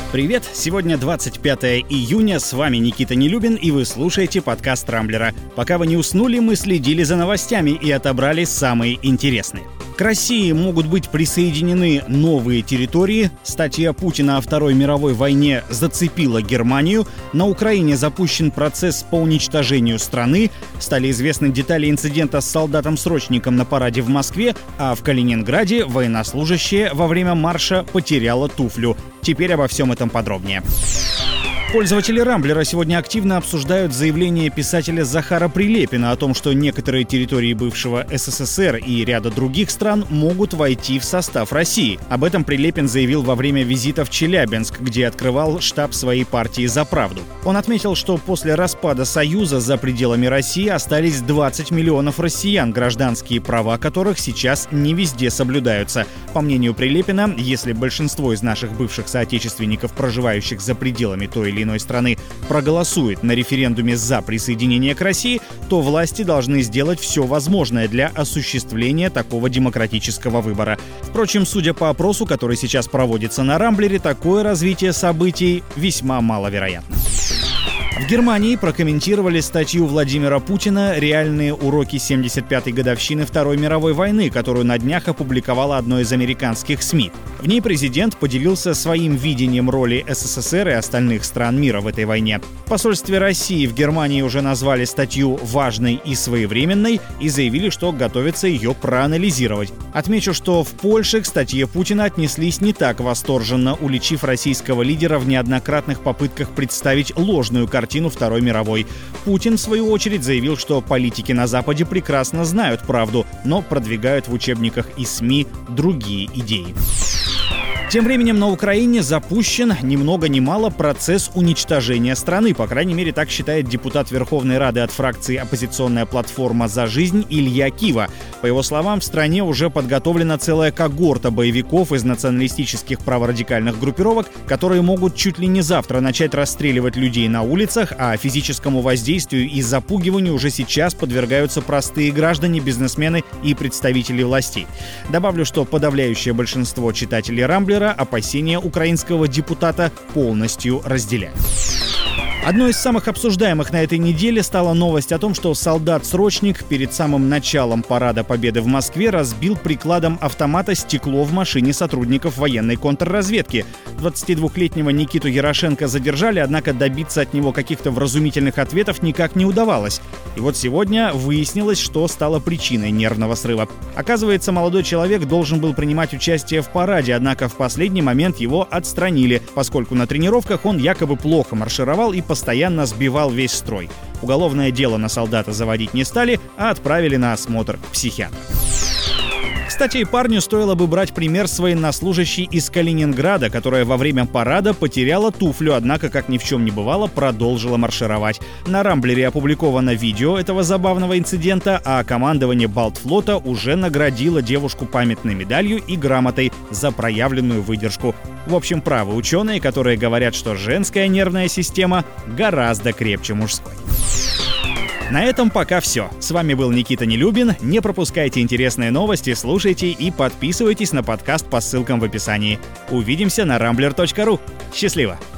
Привет! Сегодня 25 июня, с вами Никита Нелюбин, и вы слушаете подкаст Рамблера. Пока вы не уснули, мы следили за новостями и отобрали самые интересные. К России могут быть присоединены новые территории. Статья Путина о Второй мировой войне зацепила Германию. На Украине запущен процесс по уничтожению страны. Стали известны детали инцидента с солдатом-срочником на параде в Москве, а в Калининграде военнослужащая во время марша потеряла туфлю. Теперь обо всем этом подробнее. Пользователи Рамблера сегодня активно обсуждают заявление писателя Захара Прилепина о том, что некоторые территории бывшего СССР и ряда других стран могут войти в состав России. Об этом Прилепин заявил во время визита в Челябинск, где открывал штаб своей партии «За правду». Он отметил, что после распада Союза за пределами России остались 20 миллионов россиян, гражданские права которых сейчас не везде соблюдаются. По мнению Прилепина, если большинство из наших бывших соотечественников, проживающих за пределами той или иной страны, проголосует на референдуме за присоединение к России, то власти должны сделать все возможное для осуществления такого демократического выбора. Впрочем, судя по опросу, который сейчас проводится на Рамблере, такое развитие событий весьма маловероятно. В Германии прокомментировали статью Владимира Путина «Реальные уроки 75-й годовщины Второй мировой войны», которую на днях опубликовало одно из американских СМИ. В ней президент поделился своим видением роли СССР и остальных стран мира в этой войне. В посольстве России в Германии уже назвали статью важной и своевременной и заявили, что готовятся ее проанализировать. Отмечу, что в Польше к статье Путина отнеслись не так восторженно, уличив российского лидера в неоднократных попытках представить ложную картину Второй мировой. Путин, в свою очередь, заявил, что политики на Западе прекрасно знают правду, но продвигают в учебниках и СМИ другие идеи. Тем временем на Украине запущен ни много ни мало процесс уничтожения страны. По крайней мере, так считает депутат Верховной Рады от фракции «Оппозиционная платформа за жизнь» Илья Кива. По его словам, в стране уже подготовлена целая когорта боевиков из националистических праворадикальных группировок, которые могут чуть ли не завтра начать расстреливать людей на улицах, а физическому воздействию и запугиванию уже сейчас подвергаются простые граждане, бизнесмены и представители властей. Добавлю, что подавляющее большинство читателей Рамблера опасения украинского депутата полностью разделяют. Одной из самых обсуждаемых на этой неделе стала новость о том, что солдат-срочник перед самым началом Парада Победы в Москве разбил прикладом автомата стекло в машине сотрудников военной контрразведки. 22-летнего Никиту Ярошенко задержали, однако добиться от него каких-то вразумительных ответов никак не удавалось. И вот сегодня выяснилось, что стало причиной нервного срыва. Оказывается, молодой человек должен был принимать участие в параде, однако в последний момент его отстранили, поскольку на тренировках он якобы плохо маршировал и постоянно сбивал весь строй. Уголовное дело на солдата заводить не стали, а отправили на осмотр к психиатру. Кстати, и парню стоило бы брать пример с военнослужащей из Калининграда, которая во время парада потеряла туфлю, однако, как ни в чем не бывало, продолжила маршировать. На Рамблере опубликовано видео этого забавного инцидента, а командование Балтфлота уже наградило девушку памятной медалью и грамотой за проявленную выдержку. В общем, правы ученые, которые говорят, что женская нервная система гораздо крепче мужской. На этом пока все. С вами был Никита Нелюбин. Не пропускайте интересные новости, слушайте и подписывайтесь на подкаст по ссылкам в описании. Увидимся на rambler.ru. Счастливо!